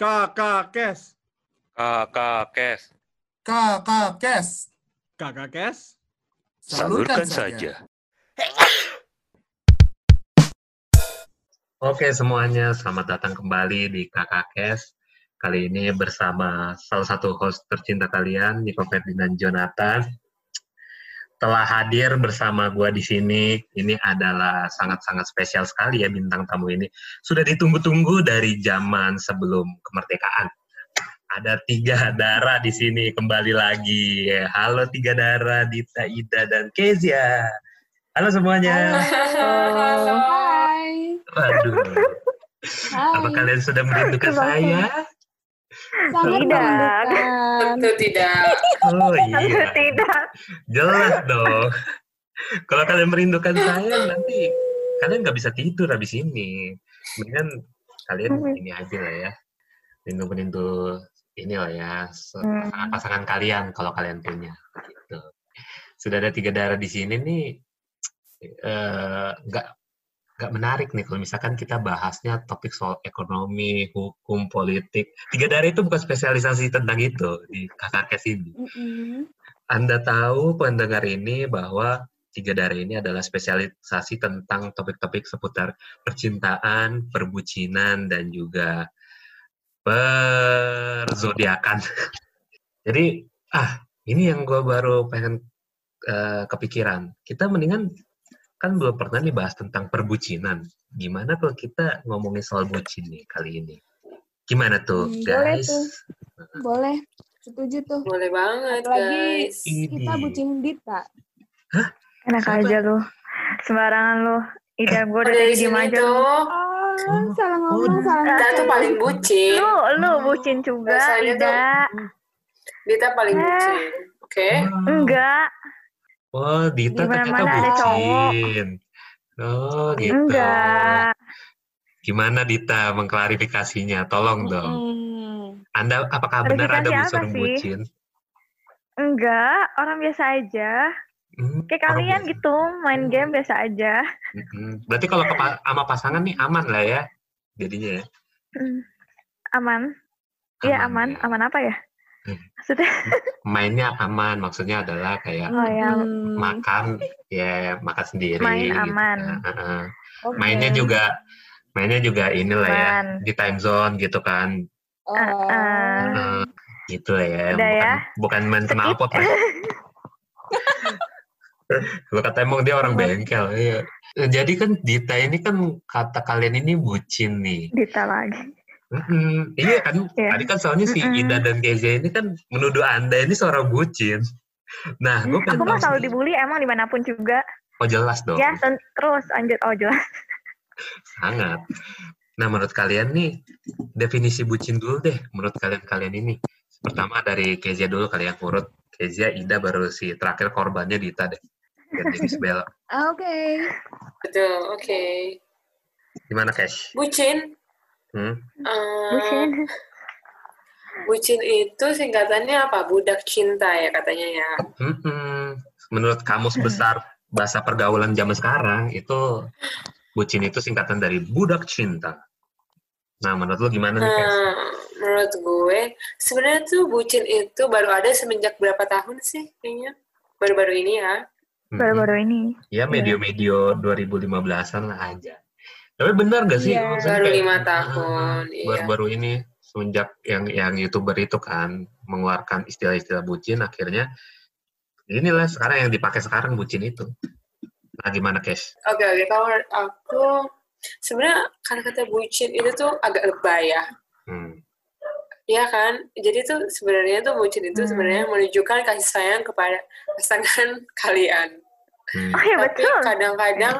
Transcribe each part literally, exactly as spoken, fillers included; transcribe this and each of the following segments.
Kakak Kes. Kakak Kes. Kakak Kes. Kakak Kes. Salurkan saja. Oke semuanya, selamat datang kembali di Kakak Kes. Kali ini bersama salah satu host tercinta kalian, Nico Ferdinand Jonathan. Telah hadir bersama gua di sini. Ini adalah sangat-sangat spesial sekali ya bintang tamu ini. Sudah ditunggu-tunggu dari zaman sebelum kemerdekaan. Ada tiga darah di sini kembali lagi. Halo tiga darah, Dita, Ida, dan Kezia. Halo semuanya. Halo. Hai. Waduh. Hai. Apa kalian sudah merindukan saya? Sangat merindukan. Tentu tidak. Oh iya. Tidak. Jelas dong. Kalau kalian merindukan saya, nanti kalian nggak bisa tidur habis ini. Mendingan kalian ini aja lah ya. Rindu-rindu ini lah ya. Pasangan kalian kalau kalian punya. Gitu. Sudah ada tiga darah di sini nih. Nggak uh, nggak menarik nih kalau misalkan kita bahasnya topik soal ekonomi, hukum, politik. Tiga darah itu bukan spesialisasi tentang itu di Kakak Kes ini. Mm-hmm. Anda tahu pendengar ini bahwa tiga darah ini adalah spesialisasi tentang topik-topik seputar percintaan, perbucinan, dan juga perzodiakan. Jadi, ah ini yang gue baru pengen uh, kepikiran. Kita mendingan kan belum pernah nih bahas tentang perbucinan. Gimana kalau kita ngomongin soal bucin nih kali ini? Gimana tuh, hmm, guys? Boleh tuh. Boleh. Setuju tuh. Boleh banget, apalagi guys. Kita bucin Dita. Hah? Enak Siapa? aja lu. Sembarangan lu. Ida, gue udah tadi diem aja lu. Oh, salah ngomong, oh, salah Dita tuh paling bucin. Lu, lu bucin juga, Rasanya Ida. Tuh, Dita paling Eh. bucin. Oke? Okay? Enggak. Oh, Dita Di ternyata mana-mana ada bucin. Oh, gitu. Enggak. Gimana Dita mengklarifikasinya? Tolong dong. Hmm. Anda apakah benar Anda Klarifikasi apa unsur sih? bucin? Enggak, orang biasa aja. Hmm, Kayak orang kalian biasa. gitu, main game biasa aja. Hmm, berarti kalau ke- sama pasangan nih aman lah ya jadinya ya? Hmm. Aman. Iya aman. ya. Aman apa ya? Hmm. Maksudnya? Mainnya aman, maksudnya adalah kayak Oh yang Hmm. makan ya makan sendiri. Main gitu. aman. Nah, uh, uh. Okay. Mainnya juga mainnya juga inilah ya Aman. di time zone gitu kan. Oh. Uh, Uh, gitu lah ya. Udah bukan ya. bukan main knalpot lah. Lu kata emang dia orang bengkel. Iya. Jadi kan Dita ini kan kata kalian ini bucin nih. Dita lagi. Mm-mm. Iya kan, Iya. tadi kan soalnya si Mm-mm. Ida dan Kezia ini kan menuduh Anda ini seorang bucin. Nah, gue Aku pengen mah tahu selalu sih. dibully emang dimanapun juga. Oh jelas dong, Ya ten- terus lanjut. Oh jelas. sangat. Nah, menurut kalian nih, definisi bucin dulu deh, menurut kalian-kalian ini. Pertama dari Kezia dulu, kalian urut. Kezia, Ida, baru si terakhir korbannya Dita deh. Dan jadi Bella. Oke. Betul, oke. Okay. Gimana, Kes? Bucin. Hmm? Uh, Bucin. bucin itu singkatannya apa? Budak cinta ya katanya ya. Mm-mm. Menurut kamus besar bahasa pergaulan zaman sekarang, itu bucin itu singkatan dari budak cinta. Nah, menurut lu gimana nih, Kes? Nah, menurut gue, sebenarnya tuh bucin itu baru ada semenjak berapa tahun sih kayaknya? Baru-baru ini ya. Baru-baru ini. Ya, medio-medio dua ribu lima belasan lah aja. Tapi benar gak sih? Iya, Maksudnya baru kayak, lima uh, tahun, iya. Baru-baru ini, semenjak yang yang YouTuber itu kan, mengeluarkan istilah-istilah bucin, akhirnya, inilah sekarang yang dipakai sekarang bucin itu. Nah, gimana, Kes? Oke, oke. Kalau menurut aku, sebenarnya kata-kata bucin itu tuh agak lebay ya. Hmm. Iya kan? Jadi tuh sebenarnya tuh bucin itu Hmm. sebenarnya menunjukkan kasih sayang kepada pasangan kalian. Hmm. Oh ya Tapi betul. kadang-kadang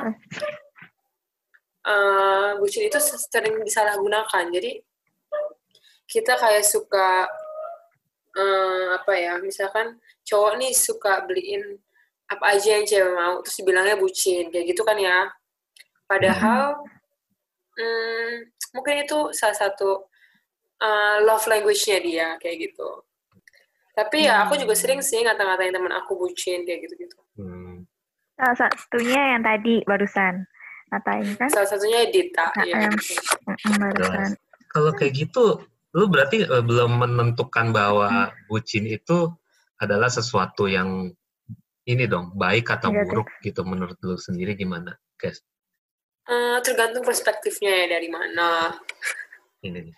uh, bucin itu sering disalahgunakan. Jadi kita kayak suka uh, apa ya? Misalkan cowok nih suka beliin apa aja yang cewek mau, terus dibilangnya bucin, kayak gitu kan ya. Padahal hmm, mungkin itu salah satu uh, love language-nya dia, kayak gitu. Tapi ya aku juga sering sih ngata-ngatain teman aku bucin, kayak gitu-gitu. Hmm. Salah satunya yang tadi barusan ngatain kan? Salah satunya Dita. Nah, Ya. em, mm, barusan. Kalau kayak gitu, lu berarti eh, belum menentukan bahwa bucin itu adalah sesuatu yang ini dong, baik atau Negatif. buruk gitu menurut lu sendiri gimana, guys? Eh, tergantung perspektifnya ya dari mana. Ini nih.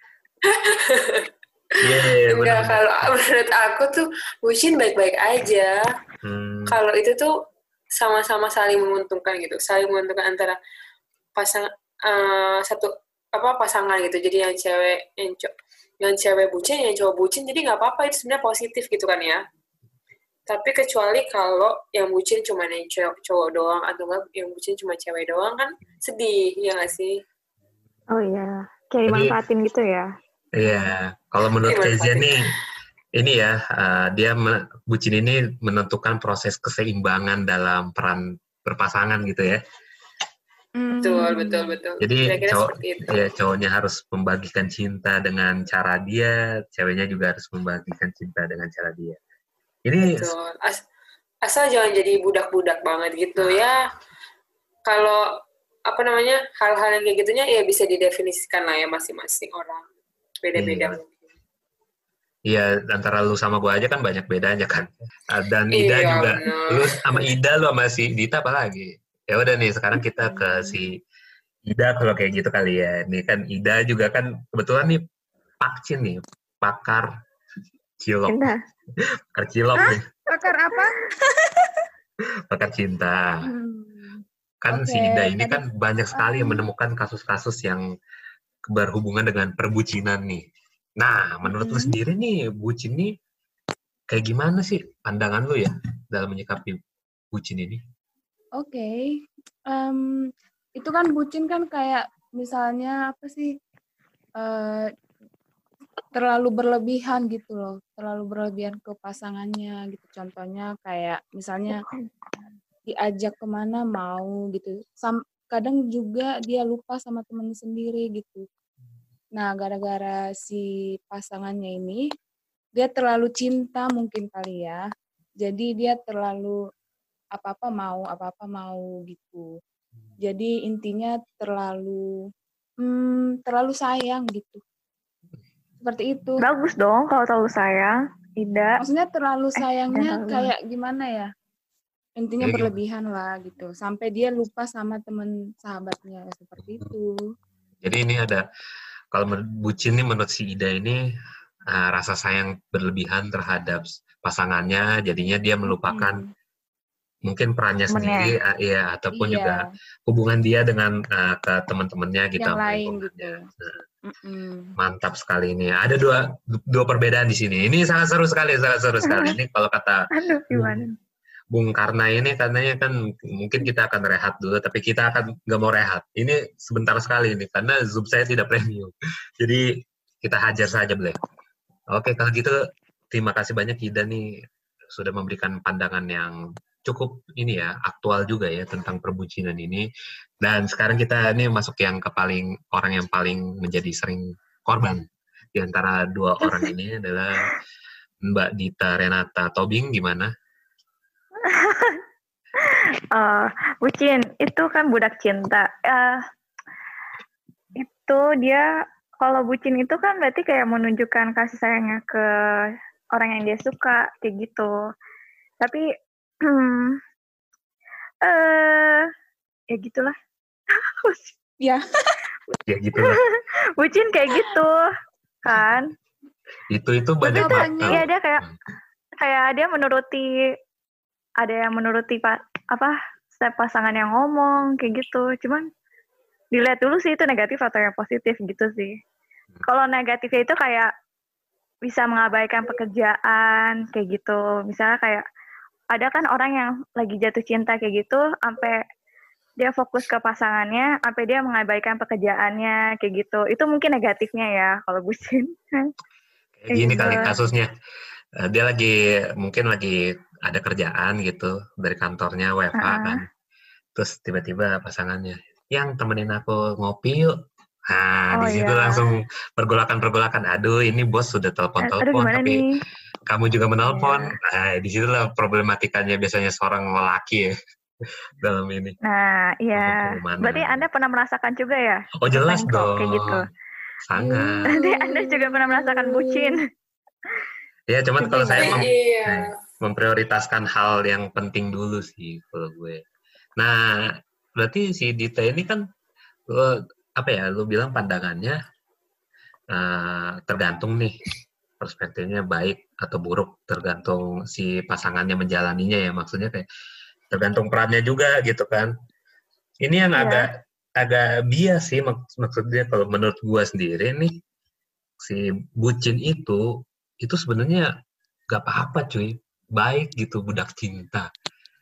Iya, yeah, Enggak, kalau menurut aku tuh bucin baik-baik aja. Hmm, Kalau itu tuh sama-sama saling menguntungkan gitu, saling menguntungkan antara pasang eh, satu apa pasangan gitu. Jadi yang cewek yang cowok yang cewek bucin, yang cowok bucin, jadi nggak apa-apa, itu sebenarnya positif gitu kan ya. Tapi kecuali kalau yang bucin cuma yang cowok, cowok doang, atau enggak yang bucin cuma cewek doang, kan sedih, ya nggak sih? Oh iya, kayak Jadi- dimanfaatin gitu ya. Iya, kalau menurut Gimana, Kezia Fatin? nih, ini ya, uh, dia me- bucin ini menentukan proses keseimbangan dalam peran berpasangan gitu ya. Betul, betul, betul. Jadi Kira-kira cowok, seperti itu. ya cowoknya harus membagikan cinta dengan cara dia, ceweknya juga harus membagikan cinta dengan cara dia. Ini Betul. As- asal jangan jadi budak-budak banget gitu ya. Kalau apa namanya hal-hal yang kayak gitunya ya bisa didefinisikan lah ya masing-masing orang. Beda-beda Iya. mungkin. ya antara lu sama gua aja kan banyak bedanya kan. Uh, Dan Ida Iya, juga, bener. lu sama Ida, lu sama si Dita apa lagi? Ya udah nih, sekarang kita ke si Ida kalau kayak gitu kali ya. Nih kan Ida juga kan kebetulan nih pakcin nih, pakar cilok, Cinta. pakar cilok nih, Pakar apa? pakar cinta. Hmm. Kan si Oke, Ida ini tadi- kan banyak sekali yang Ah. menemukan kasus-kasus yang berhubungan dengan perbucinan nih. Nah, menurut lu Mm-mm. sendiri nih, bucin nih kayak gimana sih pandangan lu ya dalam menyikapi bucin ini? Oke, Em, itu kan bucin kan kayak misalnya apa sih eh, terlalu berlebihan gitu loh, terlalu berlebihan ke pasangannya gitu. Contohnya kayak misalnya diajak kemana mau gitu. Sam- kadang juga dia lupa sama temen sendiri gitu. Nah, gara-gara si pasangannya ini dia terlalu cinta mungkin kali ya. Jadi dia terlalu apa-apa mau, apa-apa mau gitu. Jadi intinya terlalu hmm, terlalu sayang gitu. Seperti itu. Bagus dong kalau terlalu sayang. Ida. Maksudnya terlalu sayangnya terlalu. kayak gimana ya? Intinya Kayak berlebihan lah gitu. Sampai dia lupa sama temen sahabatnya seperti itu. Jadi ini ada, kalau menurut bucin nih menurut si Ida ini uh, rasa sayang berlebihan terhadap pasangannya, jadinya dia melupakan Hmm, mungkin perannya Temennya. sendiri, uh, ya ataupun iya, juga hubungan dia dengan uh, ke teman-temannya gitu, yang sama lain lingkungannya. gitu. Nah, Mm-mm. mantap sekali ini. Ada dua dua perbedaan di sini. Ini sangat seru sekali, sangat seru sekali. Ini kalau kata Aduh, gimana? Bung Karna ini katanya kan mungkin kita akan rehat dulu, tapi kita akan nggak mau rehat. Ini sebentar sekali ini karena Zoom saya tidak premium. Jadi kita hajar saja boleh. Oke, kalau gitu terima kasih banyak Ida nih sudah memberikan pandangan yang cukup ini ya, aktual juga ya tentang perbucinan ini. Dan sekarang kita ini masuk yang ke paling orang yang paling menjadi sering korban di antara dua orang ini adalah Mbak Dita Renata Tobing. Gimana? Eh, bucin itu kan budak cinta. Eh, itu dia kalau bucin itu kan berarti kayak menunjukkan kasih sayangnya ke orang yang dia suka kayak gitu. Tapi eh ya gitulah. Ya, Ya gitu lah. Bucin kayak gitu kan. Itu itu banyak Tapi banget. tanya- Iya dia kayak kayak dia menuruti ada yang menuruti pak apa setiap pasangan yang ngomong kayak gitu. Cuman dilihat dulu sih itu negatif atau yang positif gitu sih. Kalau negatifnya itu kayak bisa mengabaikan pekerjaan kayak gitu. Misalnya kayak ada kan orang yang lagi jatuh cinta kayak gitu sampai dia fokus ke pasangannya, sampai dia mengabaikan pekerjaannya kayak gitu. Itu mungkin negatifnya ya kalau bucin. Kayak gini Iya. kali kasusnya. Eh, Dia lagi mungkin lagi ada kerjaan gitu dari kantornya W F H Ah. kan. Terus tiba-tiba pasangannya, yang temenin aku ngopi yuk. Nah, Oh, di situ iya. langsung pergolakan-pergolakan. Aduh, ini bos sudah Aduh telepon-telepon, gimana tapi nih? kamu juga menelpon. Iya. Nah, di situlah problematikanya biasanya seorang lelaki ya dalam ini. Nah, iya. Ngomong kemana. Berarti Anda pernah merasakan juga ya? Oh, jelas Rasain kok dong. kayak gitu. sangat. Nanti Anda juga pernah merasakan bucin. Ya, cuman kalau saya mem- Iya. memprioritaskan hal yang penting dulu sih kalau gue. Nah, berarti si Dita ini kan lo, apa ya, lu bilang pandangannya uh, tergantung nih perspektifnya baik atau buruk, tergantung si pasangannya menjalaninya ya, maksudnya kayak tergantung perannya juga gitu kan. Ini yang Iya. agak agak bias sih mak- maksudnya kalau menurut gua sendiri nih, si bucin itu itu sebenarnya gak apa-apa cuy, baik gitu, budak cinta.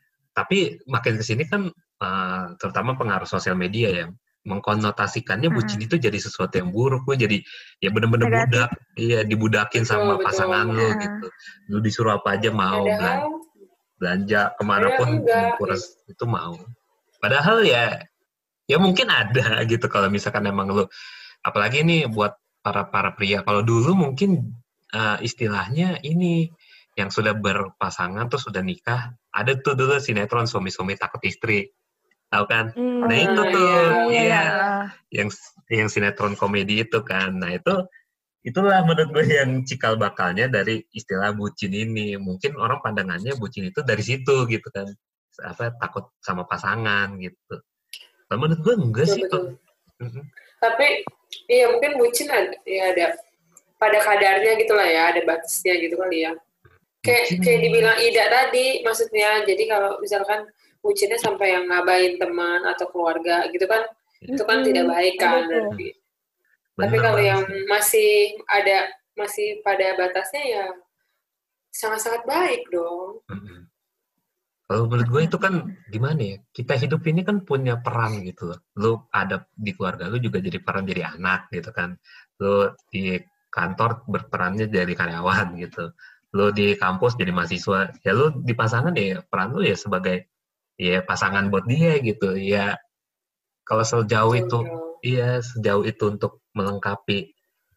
Tapi makin kesini kan uh, terutama pengaruh sosial media ya, mengkonotasikannya bucin Mm-mm. itu jadi sesuatu yang buruk. Gue jadi ya bener-bener Negatif. budak, iya dibudakin Betul, sama betul. pasangan lo Ah. gitu. Lu disuruh apa aja mau, belan- Padahal, belanja kemana padahal pun enggak. kuras itu mau. Padahal ya ya mungkin ada gitu kalau misalkan emang lu, apalagi nih buat para para pria. Kalau dulu mungkin uh, istilahnya ini yang sudah berpasangan tuh sudah nikah, ada tuh dulu sinetron suami-suami takut istri, tahu kan? Hmm. Nah itu Ah, tuh, iya. iya, iya, iya. yang yang sinetron komedi itu kan. Nah itu itulah menurut gue yang cikal bakalnya dari istilah bucin ini. Mungkin orang pandangannya bucin itu dari situ gitu kan, apa takut sama pasangan gitu. Tapi menurut gue enggak Betul, sih betul. kok. Mhm. Tapi, iya mungkin bucin ada, ya ada pada kadarnya gitu lah ya, ada batasnya gitu kali ya. Kayak Bucin. kayak dibilang Ida tadi, maksudnya jadi kalau misalkan bucinnya sampai yang ngabain teman atau keluarga gitu kan, itu kan Mm-mm. tidak baik kan. Ada tuh. Tapi, tapi Bener kalau banget yang sih. masih ada masih pada batasnya ya sangat-sangat baik dong. Mhm. Kalau menurut gue itu kan gimana ya, kita hidup ini kan punya peran gitu loh. Lu ada di keluarga lu juga jadi peran jadi anak gitu kan. Lu di kantor berperannya jadi karyawan gitu. Lu di kampus jadi mahasiswa. Ya lu di pasangan ya peran lu ya sebagai ya pasangan buat dia gitu. Ya kalau sejauh Betul, itu, betul. iya sejauh itu untuk melengkapi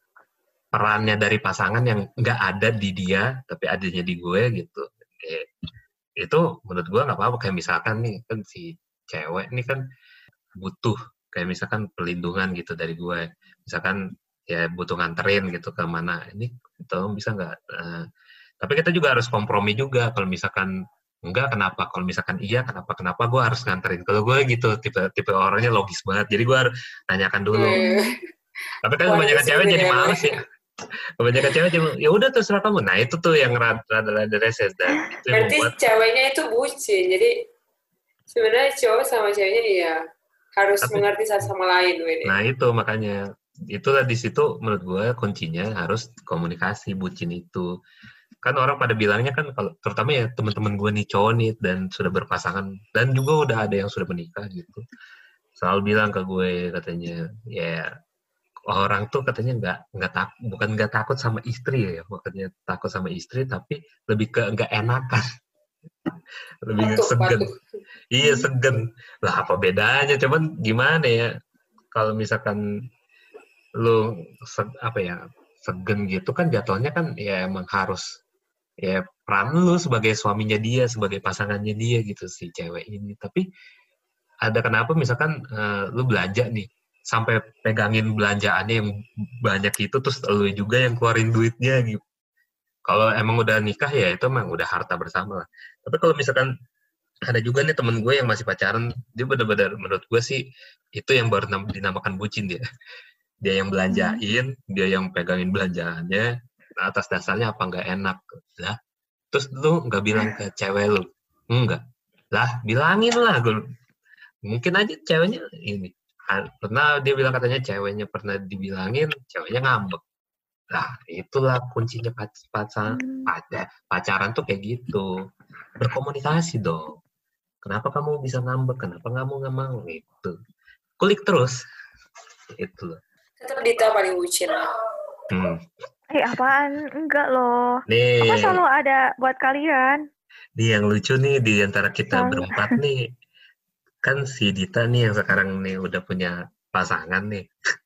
perannya dari pasangan yang nggak ada di dia tapi adanya di gue gitu. Eh, itu menurut gue nggak apa-apa. Kayak misalkan nih kan si cewek ini kan butuh kayak misalkan perlindungan gitu dari gue, misalkan ya butuh nganterin gitu ke mana, ini tolong bisa nggak. Eh, tapi kita juga harus kompromi juga. Kalau misalkan enggak kenapa, kalau misalkan iya kenapa, kenapa gue harus nganterin. Kalau gue gitu tipe tipe orangnya logis banget, jadi gue harus nanyakan dulu. Eh, Tapi kan Wah, kebanyakan itu cewek sih jadi beda. males ya. Kebanyakan cewek cuma ya udah terserah kamu. Nah itu tuh yang rada rada reses dan itu yang Berarti membuat. ceweknya itu bucin. Jadi sebenarnya cowok sama ceweknya iya harus Tapi- mengerti satu sama lain, Wede. Nah itu makanya itulah di situ menurut gue kuncinya harus komunikasi bucin itu. Kan orang pada bilangnya kan kalau terutama ya teman-teman gue nih cowok nih dan sudah berpasangan dan juga udah ada yang sudah menikah gitu. Selalu bilang ke gue katanya ya orang tuh katanya nggak nggak tak bukan nggak takut sama istri ya, makanya takut sama istri tapi lebih ke nggak enakan. Lebih Batuk, segen. batuk. Iya segen. Lah apa bedanya? Cuman gimana ya? Kalau misalkan lu se- apa ya segen gitu kan jatuhnya kan ya emang harus ya peran lu sebagai suaminya dia, sebagai pasangannya dia gitu si cewek ini. Tapi ada kenapa misalkan eh, lu belanja nih sampai pegangin belanjaannya yang banyak itu terus lu juga yang keluarin duitnya gitu. Kalau emang udah nikah ya itu emang udah harta bersama lah. Tapi kalau misalkan ada juga nih temen gue yang masih pacaran, dia benar-benar menurut gue sih itu yang baru nam- dinamakan bucin dia. Dia yang belanjain, dia yang pegangin belanjaannya, nah, atas dasarnya apa nggak enak. Lah, terus lu nggak bilang ke cewek lu? Enggak. Lah, bilangin lah. Gue. Mungkin aja ceweknya ini. Pernah dia bilang katanya ceweknya pernah dibilangin, ceweknya ngambek. Nah, itulah kuncinya pac- pacaran, pacaran, pacaran tuh kayak gitu. Berkomunikasi dong. Kenapa kamu bisa ngambek? Kenapa kamu nggak mau? Gitu. Kulik terus. Itu. Tetap Dita paling bucin lah. Hmm. Eh, apaan? Enggak loh. Nih, Apa selalu ada buat kalian? nih yang lucu nih di antara kita Selalu. berempat nih. Kan si Dita nih yang sekarang nih udah punya pasangan nih.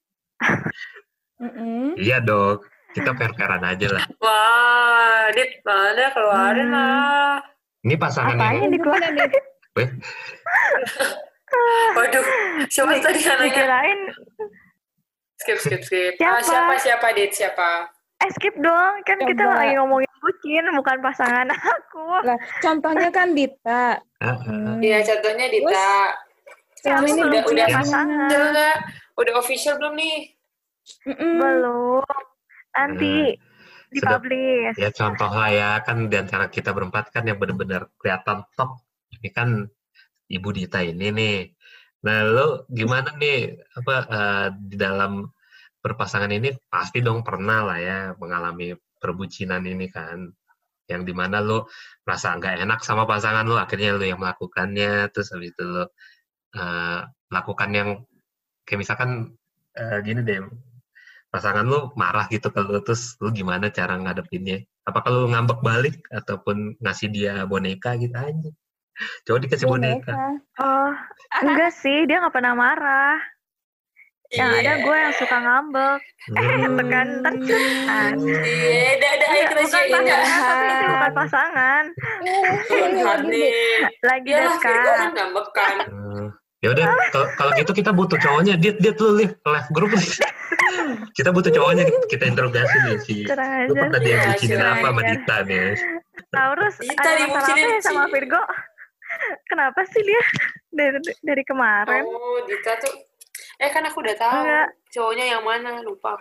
Mm-mm. Iya dong. Kita fair-fairan aja lah. Wah, Dit, mana keluarin Hmm. lah. Ini pasangan Apanya yang... dikeluarin? Eh, Waduh, siapa tadi anaknya? Dikirain Skip, skip, skip. Siapa? Ah, siapa, siapa, Dit? Siapa? Eh skip dong, kan kita Coba. lagi ngomongin bucin, bukan pasangan aku. Lah, contohnya kan Dita. Ah, ah. Hmm. Iya, contohnya Dita. Selama Terus ini udah, bucinnya udah Ya. gimana? Udah nggak? Udah official belum nih? Mm-mm. Belum. Nanti Sudah. dipublish. Ya contoh lah ya, kan di antara kita berempat kan yang benar-benar kelihatan top. Ini kan Ibu Dita ini nih. Nah, lo gimana nih apa eh, di dalam berpasangan ini pasti dong pernah lah ya mengalami perbucinan ini kan. Yang dimana lo merasa nggak enak sama pasangan lo, akhirnya lo yang melakukannya, terus habis itu lo eh, melakukan yang kayak misalkan eh, gini deh, pasangan lu marah gitu ke lu, terus lu gimana cara ngadepinnya? Apakah lu ngambek balik ataupun ngasih dia boneka gitu aja? Coba dikasih boneka. Boneka. Oh, enggak sih, dia nggak pernah marah. Yang ada gue yang suka ngambek. Hmm. Tekan tercetan. Iya, dah, dah, ayo kita Bukan sharing dah. pasangan, tapi itu bukan pasangan. Ini lagi deh. Lagi Ya lah, Virgo dekat. kan ngambek kan. Hmm. Ya udah, kalau kalau gitu kita butuh cowoknya. Dia dia tuh live live grup. Kita butuh cowoknya, kita interogasi nih si. Kurang Lu ajar. pernah dia Iya, bucinin kurang apa sama ajar. Dita nih? Taurus Dita ada masalah dibucinin, apa ya sama Ci? Virgo? Kenapa sih dia dari dari kemarin? Oh, Dita tuh. Eh, kan aku udah tahu. Enggak. Cowoknya yang mana, lupa.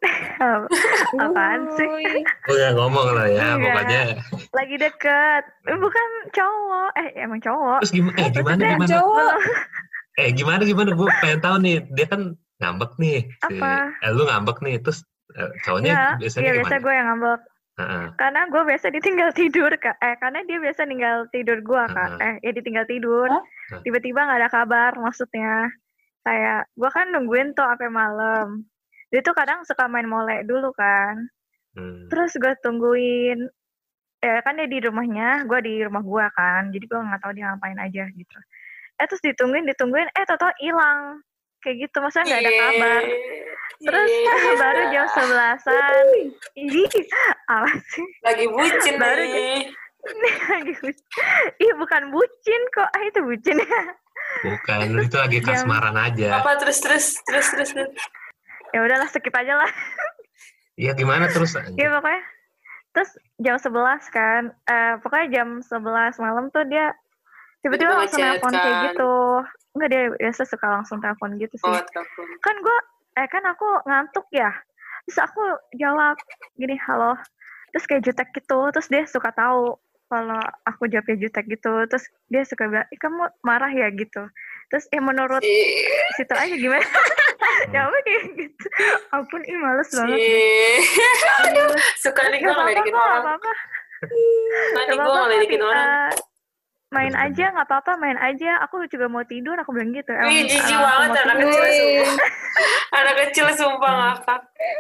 Apaan sih? Uy. Udah ngomong lah ya, Enggak. pokoknya. Lagi deket. Bukan cowok. Eh, emang cowok. Terus gimana? Eh gimana Maksudnya gimana? Cowok. Eh gimana gimana? Gue pengen tahu nih. Dia kan ngambek nih. Si, Apa? eh, lu ngambek nih. Terus eh, cowoknya Ya, biasanya iya gimana? biasa gue yang ngambek. Heeh. Karena gue biasa ditinggal tidur, Kak. Eh, karena dia biasa ninggal tidur gue, Kak. Heeh. Eh, ya ditinggal tidur. Hah? Tiba-tiba nggak ada kabar, maksudnya. Kayak, gue kan nungguin tuh sampai malam. Dia tuh kadang suka main molek dulu kan. Hmm. Terus gue tungguin. Ya kan dia di rumahnya, gue di rumah gue kan. Jadi gue nggak tahu dia ngapain aja gitu. Eh, terus ditungguin, ditungguin. Eh, tau-tau hilang. Kayak gitu, maksudnya nggak ada kabar. Terus baru jam sebelasan. Ih, apa sih? Lagi bucin Baru nih. Lagi bucin. Ih, bukan bucin kok. Ah, itu bucin ya. Bukan, lu itu lagi Jam- kasmaran aja. Apa terus terus terus terus terus. Ya udahlah, skip aja lah. Iya gimana terus? Ya pokoknya. Terus jam sebelas kan. Eh, pokoknya jam sebelas malam tuh dia tiba-tiba Tiba-tiba langsung ngechat telepon kayak kan. gitu. Enggak, dia biasa suka langsung telepon gitu sih. Oh, telepon. Kan gue, eh kan aku ngantuk ya. Terus aku jawab gini, halo. Terus kayak jutek gitu. Terus dia suka tahu kalau aku jawabnya jutek gitu. Terus dia suka bilang, ih kamu marah ya gitu. Terus ya menurut Ih, situ aja gimana? Jawabnya kayak gitu. Ampun, ih males banget. ih. Males. Suka nih gue Gak apa-apa ngeledekin kok, gak orang. apa-apa. Suka Gak nih gue apa-apa, ngeledekin tapi, orang. eh, main aja, gak apa-apa, main aja. Aku juga mau tidur, aku bilang gitu. Wih, Emang, jijik eh, aku banget mau anak tidur. kecil Wih. sumpah. Anak kecil sumpah ngakak.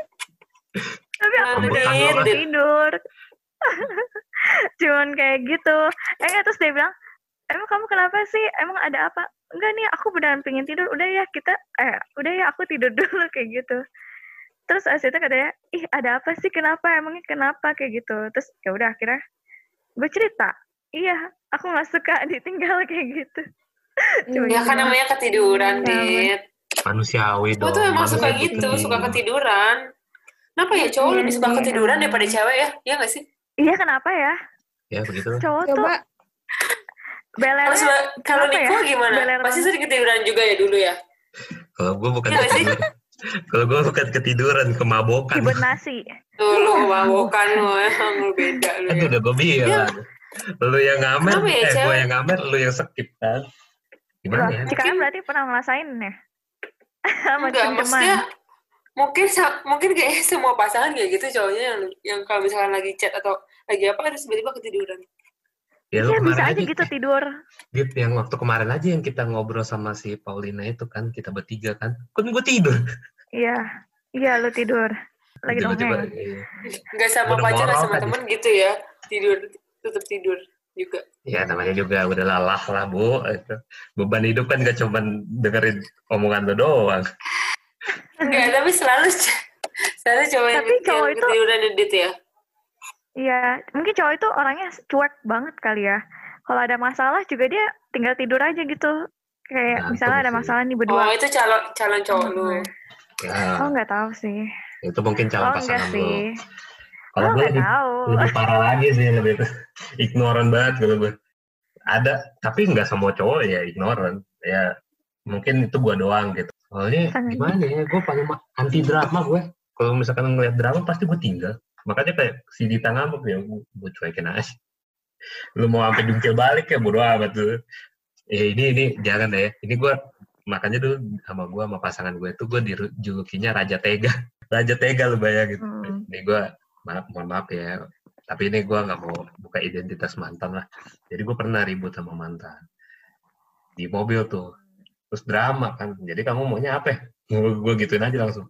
Tapi aku Anak udah kecil. mau kecil. tidur. Cuman kayak gitu. Eh, nggak, terus dia bilang, emang kamu kenapa sih? Emang ada apa? Enggak nih, aku beneran pengen tidur. Udah ya, kita, eh, udah ya, aku tidur dulu, kayak gitu. Terus abis itu katanya, ih ada apa sih? Kenapa? Emangnya kenapa? Kayak gitu. Terus ya udah akhirnya gue cerita. Iya, aku nggak suka ditinggal kayak gitu. Cuma Ya gitu kan doang. namanya ketiduran, Ya, Dit. Manusiawi Gue dong. tuh emang manusia suka butuh gitu, tidur. suka ketiduran. Kenapa ya cowok Iya, lebih suka iya. ketiduran daripada cewek ya? Iya nggak sih? Iya, kenapa ya? Ya begitu. Cowok tuh Coba. Kalau belernya seba- kalau Kenapa Niko ya? gimana? Beler Pasti banget. sering ketiduran juga ya dulu ya? Kalau gue bukan Iya nggak sih? ketiduran. Kalau gue bukan ketiduran, kemabokan. hibernasi. Tuh lu kemabukan lu, emang lu beda lu Kan ya. udah gue bilang. Lu yang ngamer, Kenapa ya, eh gue cewek? yang ngamer, lu yang skip kan? Gimana Loh, ya? Cikarang berarti pernah ngerasain ya? Sama Enggak, teman. maksudnya mungkin sa- mungkin kayak semua pasangan kayak gitu cowoknya yang yang kalau misalkan lagi chat atau lagi apa harus tiba-tiba ketiduran. Ya lu Iya, kemarin bisa aja aja, gitu tidur. Dit, yang waktu kemarin aja yang kita ngobrol sama si Paulina itu kan, kita bertiga kan. Kan gue tidur. Iya. Iya, lu tidur. Lagi Tiba-tiba, dongeng. iya. Enggak sama Udah pacar, nggak moral sama tadi. temen gitu ya. Tidur, tetap tidur juga. Ya namanya juga udah lelah lah bu. Itu. Beban hidup kan gak cuma dengerin omongan lu doang. Enggak, tapi selalu selalu cowok yang, Tapi cowok yang itu- ketiduran edit ya. Iya, mungkin cowok itu orangnya cuek banget kali ya. Kalau ada masalah juga dia tinggal tidur aja gitu. Kayak Nah, misalnya itu ada sih. masalah nih Oh, berdua. itu calon calon cowok lu. Ya, Oh nggak tahu sih. itu mungkin Oh calon enggak pasangan lo. sih. Kalau Oh gue nggak lebih, tahu. lebih parah lagi sih, lebih ignoran banget kalau gue. Ada, tapi nggak semua cowok ya ignoran. Ya mungkin itu gue doang gitu. Soalnya Sangat. gimana ya, gue paling ma- anti drama gue. Kalau misalkan ngeliat drama pasti gue tinggal. Makanya kayak si Dita ngambek ya, gue, gue cuekin aja. Lu mau sampai jungkir balik ya bodo amat tuh. Eh ini ini jangan deh. Ini gue makanya dulu sama gue sama pasangan gue itu gue dijulukinya Raja Tega. Raja Tega lu bayangin. Hmm. Ini gue maaf, mohon maaf ya. Tapi ini gue nggak mau buka identitas mantan lah. Jadi gue pernah ribut sama mantan di mobil tuh. Terus drama kan. Jadi kamu maunya apa? Ya? Gue gituin aja langsung.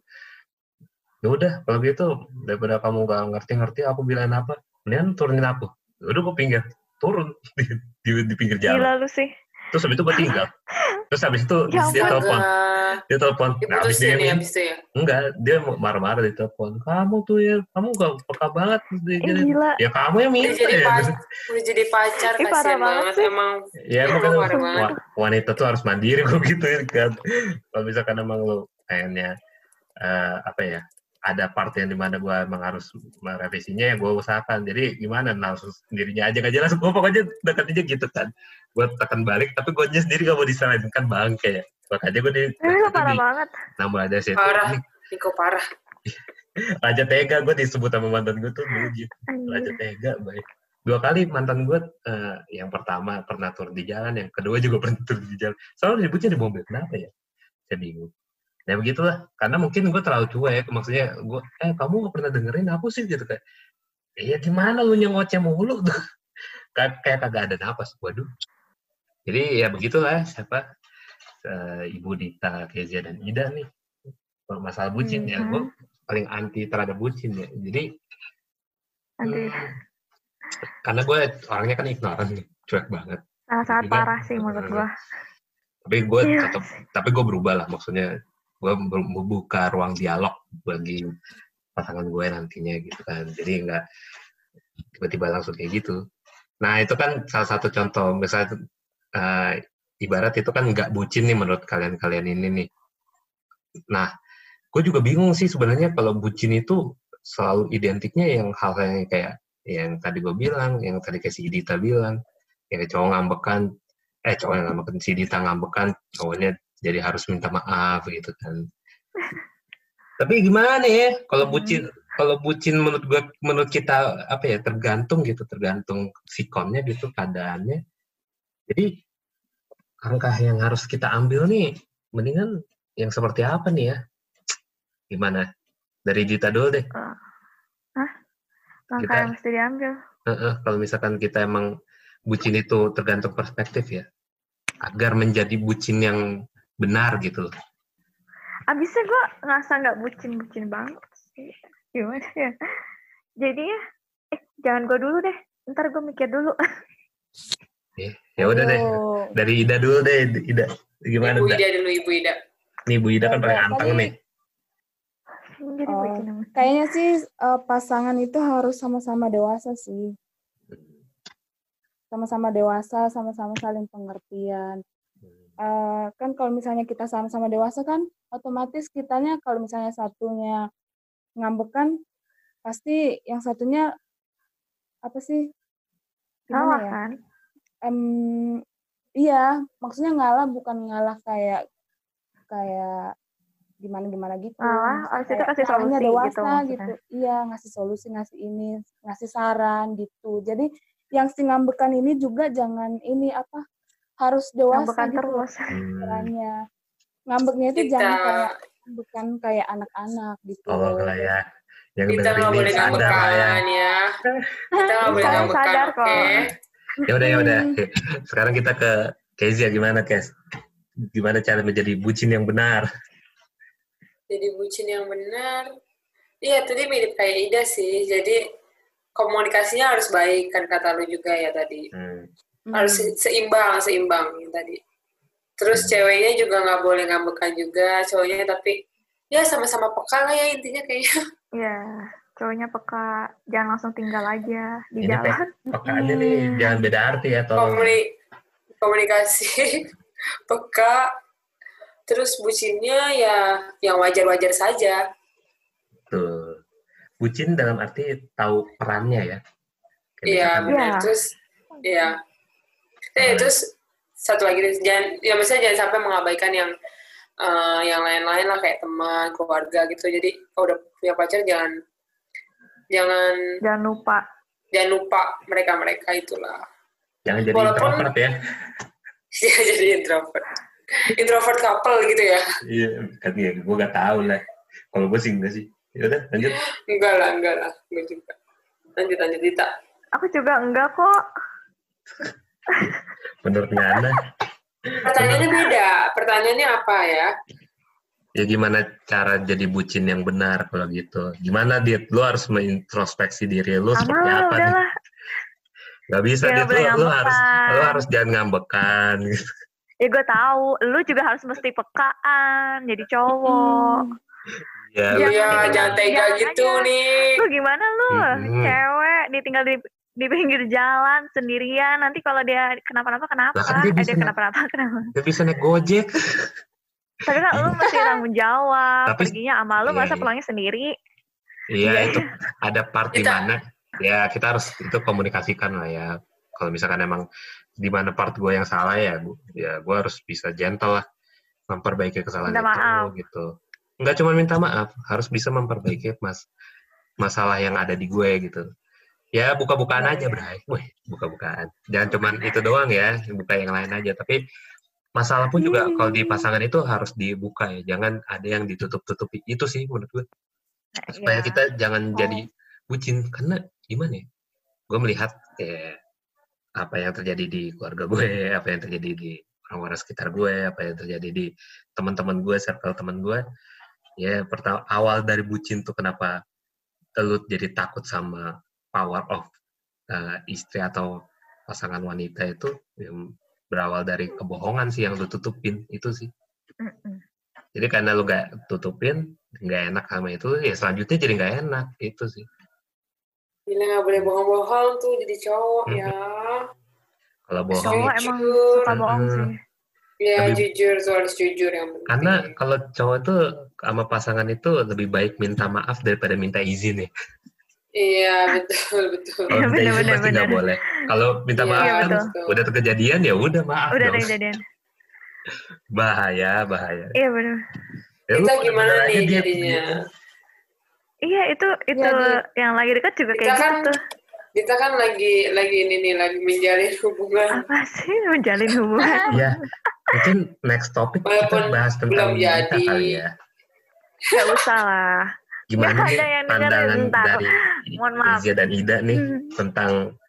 Ya udah kalau gitu daripada kamu nggak ngerti-ngerti aku bilang apa, mendingan turunin aku. Ya udah gue pinggir turun di, di, di pinggir jalan. Gila lu sih. Terus habis itu gue tinggal. Terus habis itu Ya dia ampun. telepon. Dia telepon. Nah, habis dia Diputusin ya yang abis itu ya. enggak, dia marah-marah di telepon. Kamu tuh ya, kamu gak peka banget. Eh, gila. Ya kamu yang Udah minta jadi ya. pacar, udah jadi pacar, Ih, parah kasihan banget banget sih. emang. Ya emang kan Parah banget. wa- wanita tuh harus mandiri gue gituin kan. Kalau misalkan emang lo kayaknya eh, apa ya, ada part yang dimana gue emang harus merevisinya ya gue usahakan. Jadi gimana, langsung sendirinya aja gak jelas. Gue pokoknya deket aja gitu kan. Gue tekan balik, tapi gue sendiri gak mau disalahin kan bangke ya. Makanya gue di, Eh, lu parah di banget. nama ada sih. Parah, Niko parah. Raja Tega gue disebut sama mantan gue tuh dulu gitu. Raja Anjir. Tega baik. Dua kali mantan gue, eh, yang pertama pernah turun di jalan, yang kedua juga pernah turun di jalan. Selalu disebutnya di mobil, kenapa ya? Saya bingung. Nah begitulah, karena mungkin gue terlalu cuek, maksudnya gue, eh kamu gak pernah dengerin aku sih gitu kayak, iya gimana lu nyengoceh mulu tuh, kayak kayak kagak ada napas, waduh. Jadi ya begitulah, siapa, eh, Ibu Dita, Kezia dan Ida nih, kalau masalah bucin ya, Mhm. gue paling anti terhadap bucin ya, jadi Aduh. hmm, karena gue orangnya kan ignoran nih, cuek banget. Sangat-sangat Juga, parah sih menurut eh, gua. Tapi gue Iya tetap, tapi gue berubah lah, maksudnya gue membuka ruang dialog bagi pasangan gue nantinya gitu kan. Jadi nggak tiba-tiba langsung kayak gitu. Nah itu kan salah satu contoh, misalnya uh, ibarat itu kan nggak bucin nih menurut kalian-kalian ini nih. Nah gue juga bingung sih sebenarnya kalau bucin itu selalu identiknya yang hal-hal yang kayak yang tadi gue bilang, yang tadi kayak si Dita bilang, yang kayak cowok ngambekan, eh cowok yang ngambekan, si Dita ngambekan, cowoknya jadi harus minta maaf gitu kan. Tapi gimana ya kalau bucin, kalau bucin menurut gue, menurut kita apa ya, tergantung gitu, tergantung sikonnya gitu, keadaannya. Jadi langkah yang harus kita ambil nih, mendingan yang seperti apa nih ya? Gimana? Dari Dita dulu deh. Hah? Langkah Kita- yang mesti diambil. Heeh, kalau misalkan kita emang bucin itu tergantung perspektif ya, agar menjadi bucin yang benar gitu. Abisnya gue ngerasa nggak bucin-bucin banget sih. Gimana ya? Jadi ya, eh jangan gue dulu deh. Ntar gue mikir dulu. Ya, ya udah deh. Oh. Dari Ida dulu deh, Ida. Gimana, Ibu Ida? Ida dulu, Ibu Ida. Nih, Bu Ida kan Ya, paling udah, anteng tadi- nih. Jadi Oh, bucin emang. Kayaknya sih eh, pasangan itu harus sama-sama dewasa sih. Sama-sama dewasa, sama-sama saling pengertian. Eh, kan kalau misalnya kita sama-sama dewasa kan otomatis kitanya kalau misalnya satunya ngambek kan pasti yang satunya apa sih? Salah Gimana ya? kan? Em, iya, maksudnya ngalah bukan ngalah kayak kayak gimana gimana gitu. Ngalah, Maksudnya abis itu kayak kasih ngalahnya solusi dewasa gitu maksudnya. gitu. Iya, ngasih solusi, ngasih ini, ngasih saran gitu. Jadi yang si ngambekan ini juga jangan ini apa harus dewasa Ngambekan gitu terus. Hmm. caranya. Ngambeknya itu Kita, jangan kayak bukan kayak anak-anak gitu. Oh lah ya. Yang kita dengerin nggak ini boleh sadar lah ya. ngambekan ya. Kita nggak boleh Saya ngambekan, sadar oke? kok. Ya udah ya udah. Hmm. Sekarang kita ke Kezia, gimana Kes? Gimana cara menjadi bucin yang benar? Jadi bucin yang benar. Iya, tadi mirip kayak Ida sih. Jadi komunikasinya harus baik, kan kata lu juga ya tadi. Hmm. Harus se- seimbang, seimbang yang tadi. Terus ceweknya juga nggak boleh ngambekan juga, cowoknya tapi ya sama-sama peka lah ya intinya kayaknya. Iya, cowoknya peka. Jangan langsung tinggal aja di Ini jalan. pekaannya nih jangan beda arti ya, tolong. Komuni- komunikasi, peka, Terus bucinnya ya yang wajar-wajar saja. Tuh. Bucin dalam arti tahu perannya ya. Kayak Iya misalkan, benar. Iya. Terus ya. Eh Apa terus satu lagi nih, jangan ya misalnya jangan sampai mengabaikan yang eh, yang lain-lain lah kayak teman, keluarga gitu. Jadi kalau udah punya pacar jangan jangan Jangan lupa. jangan lupa mereka-mereka itulah. jangan jadi Walaupun- introvert ya. Ya jadi introvert. Introvert couple gitu ya. Iya, kan ya, gue gak tahu lah. Kalau gue sih enggak sih. Ya udah, lanjut. Enggak lah, enggak lah. Enggak juga. Lanjut, lanjut, Dita. Aku juga enggak kok. Menurut Ngana, Pertanyaannya beda. Pertanyaannya apa ya? ya gimana cara jadi bucin yang benar kalau gitu? Gimana, Dit? Lu harus mengintrospeksi diri lu seperti Amal, apa nih? udahlah. Gak bisa, Ya, Dit. boleh Lu, lu harus ngambekan. lu harus jangan ngambekan. Gitu. Ya gue tahu, lu juga harus mesti pekaan, jadi cowok. Ya, Jangan Iya, ditinggal- jangan tega jangan gitu aja. nih. Lu gimana lu? Mm-mm. Cewek ditinggal di di pinggir jalan sendirian, nanti kalau dia kenapa-napa kenapa? Lah, kan dia eh, bisa dia naik- kenapa-napa kenapa? gak bisa naik Gojek. Tapi kan lu mesti tanggung jawab. Tapi- Perginya sama lu, Iya, masa iya. pulangnya sendiri? Iya, itu ada part di Kita- mana ya kita harus itu komunikasikan lah ya. Kalau misalkan emang di mana part gue yang salah ya, gua, ya gue harus bisa gentle lah memperbaiki kesalahan Minta itu maaf. gitu. Nggak cuma minta maaf, harus bisa memperbaiki mas masalah yang ada di gue gitu. Ya buka-bukaan aja, Bray. Wih, buka-bukaan. Jangan cuman itu doang ya, buka yang lain aja. Tapi masalah pun juga kalau di pasangan itu harus dibuka ya. Jangan ada yang ditutup-tutupi. Itu sih menurut gue. Nah, Supaya iya. kita jangan jadi bucin. Karena gimana ya? Gue melihat ya, apa yang terjadi di keluarga gue, apa yang terjadi di orang-orang sekitar gue, apa yang terjadi di teman-teman gue, circle teman gue. Ya pertama awal dari bucin tuh kenapa lu jadi takut sama power of uh, istri atau pasangan wanita itu yang berawal dari kebohongan sih yang lu tutupin itu sih. Mm-mm. Jadi karena lu gak tutupin, gak enak sama itu, ya selanjutnya jadi gak enak itu sih. Gila nggak boleh bohong-bohong tuh jadi cowok Hmm. ya. Kalau bohong, Cowok emang Jujur. suka bohong Mm-mm. sih. Ya Lebih- jujur tuh harus jujur yang penting. karena kalau cowok tuh sama pasangan itu lebih baik minta maaf daripada minta izin ya. Iya betul betul. Kalau Iya, minta izin bener, pasti bener, nggak bener. boleh. Kalau minta Iya, maaf kan betul. udah kejadian ya udah maaf Udah dong. ada kejadian. Bahaya, bahaya. Iya benar. Ya, lu Kita gimana bener aja nih dia jadinya? Iya itu itu Iya, yang lagi dekat juga Kita kayak kan gitu tuh. kita kan lagi lagi ini nih lagi menjalin hubungan. Apa sih menjalin hubungan? Iya. Mungkin next topic kita Walaupun bahas tentang belum kita jadi. kali ya. Gak usah lah. Gimana Nggak nih ada yang dengerin, pandangan ntar. dari Mohon maaf. Izia dan Ida nih Hmm. tentang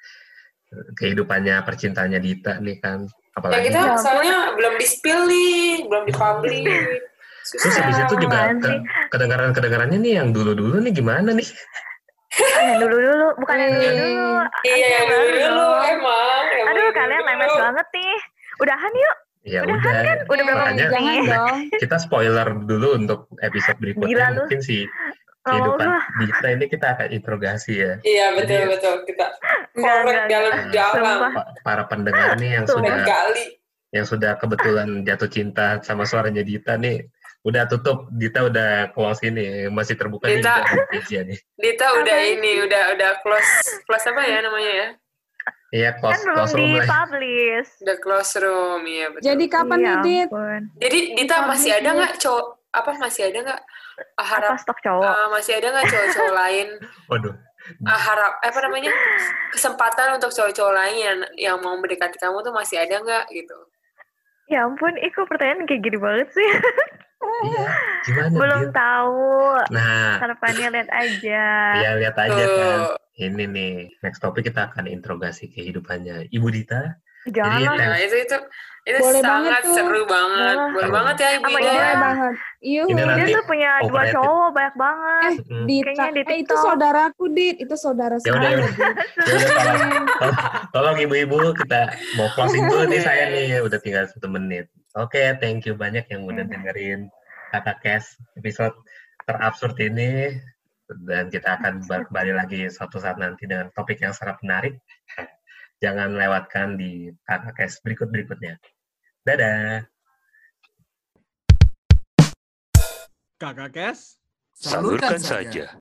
kehidupannya percintaannya Dita nih kan. Ya Apalagi kita Ya, soalnya belum di spill nih, belum di publish. terus habis itu juga Apaan ke, sih? kedengaran-kedengarannya nih yang dulu-dulu nih gimana nih? Ah, yang dulu dulu bukan yang dulu dulu. Iya yang dulu dulu emang. emang Aduh yang kalian dulu. lemes banget nih. Udahan yuk. Ya Udah udah. kan? Udah berapa Makanya Jangan menit? dong. kita spoiler dulu untuk episode berikutnya. Gila lu. Mungkin sih Oh, kehidupan lah. Dita ini kita akan interogasi ya. Iya betul Jadi- betul kita Enggak, korek enggak, dalam-dalam. Sumpah. Pa- Para pendengar nih yang Tuh. sudah Gali. yang sudah kebetulan jatuh cinta sama suaranya Dita nih, udah tutup. Dita udah close ini, masih terbuka nih Dita. Dita nih. Dita udah Apa ini udah udah close close apa ya namanya ya? Iya, Kan close belum close room di lah. publish. Udah close room ya betul. Jadi kapan Iya nih, Dit? ampun. Jadi Dita Publish masih ada ya. nggak cowok apa masih ada nggak ah, harap Apa stok cowok? ah, masih ada nggak cowok-cowok lain Waduh. ah, harap apa namanya kesempatan untuk cowok-cowok lain yang, yang mau mendekati kamu tuh masih ada nggak gitu? Ya ampun, ih kok pertanyaan kayak gini banget sih. Iya, gimana Belum Dit? tahu. Nah, Harapannya lihat aja. ya lihat aja kan. Tuh. Ini nih, next topik kita akan interogasi kehidupannya Ibu Dita. Jangan Jadi, lah. Nah itu itu itu Boleh sangat banget tuh. seru banget, Boleh. boleh banget ya ibu Sama Ida. Ida. Boleh banget. Yuk. Ini Dia nanti tuh punya dua overrated. cowok banyak banget. Eh, Hmm. Dita. Kayaknya di Eh, itu TikTok. saudaraku, Dit. Itu saudara Ya udah, saya. ya udah. Dit. Ya udah, tolong, tolong, tolong ibu-ibu kita mau closing dulu nih saya nih, udah tinggal satu menit. Oke, thank you banyak yang udah dengerin Kakak Kes episode terabsurd ini, dan kita akan kembali lagi suatu saat nanti dengan topik yang sangat menarik. Jangan lewatkan di Kakak Kes berikut-berikutnya. Dadah! Kakak Kes, Salurkan saja.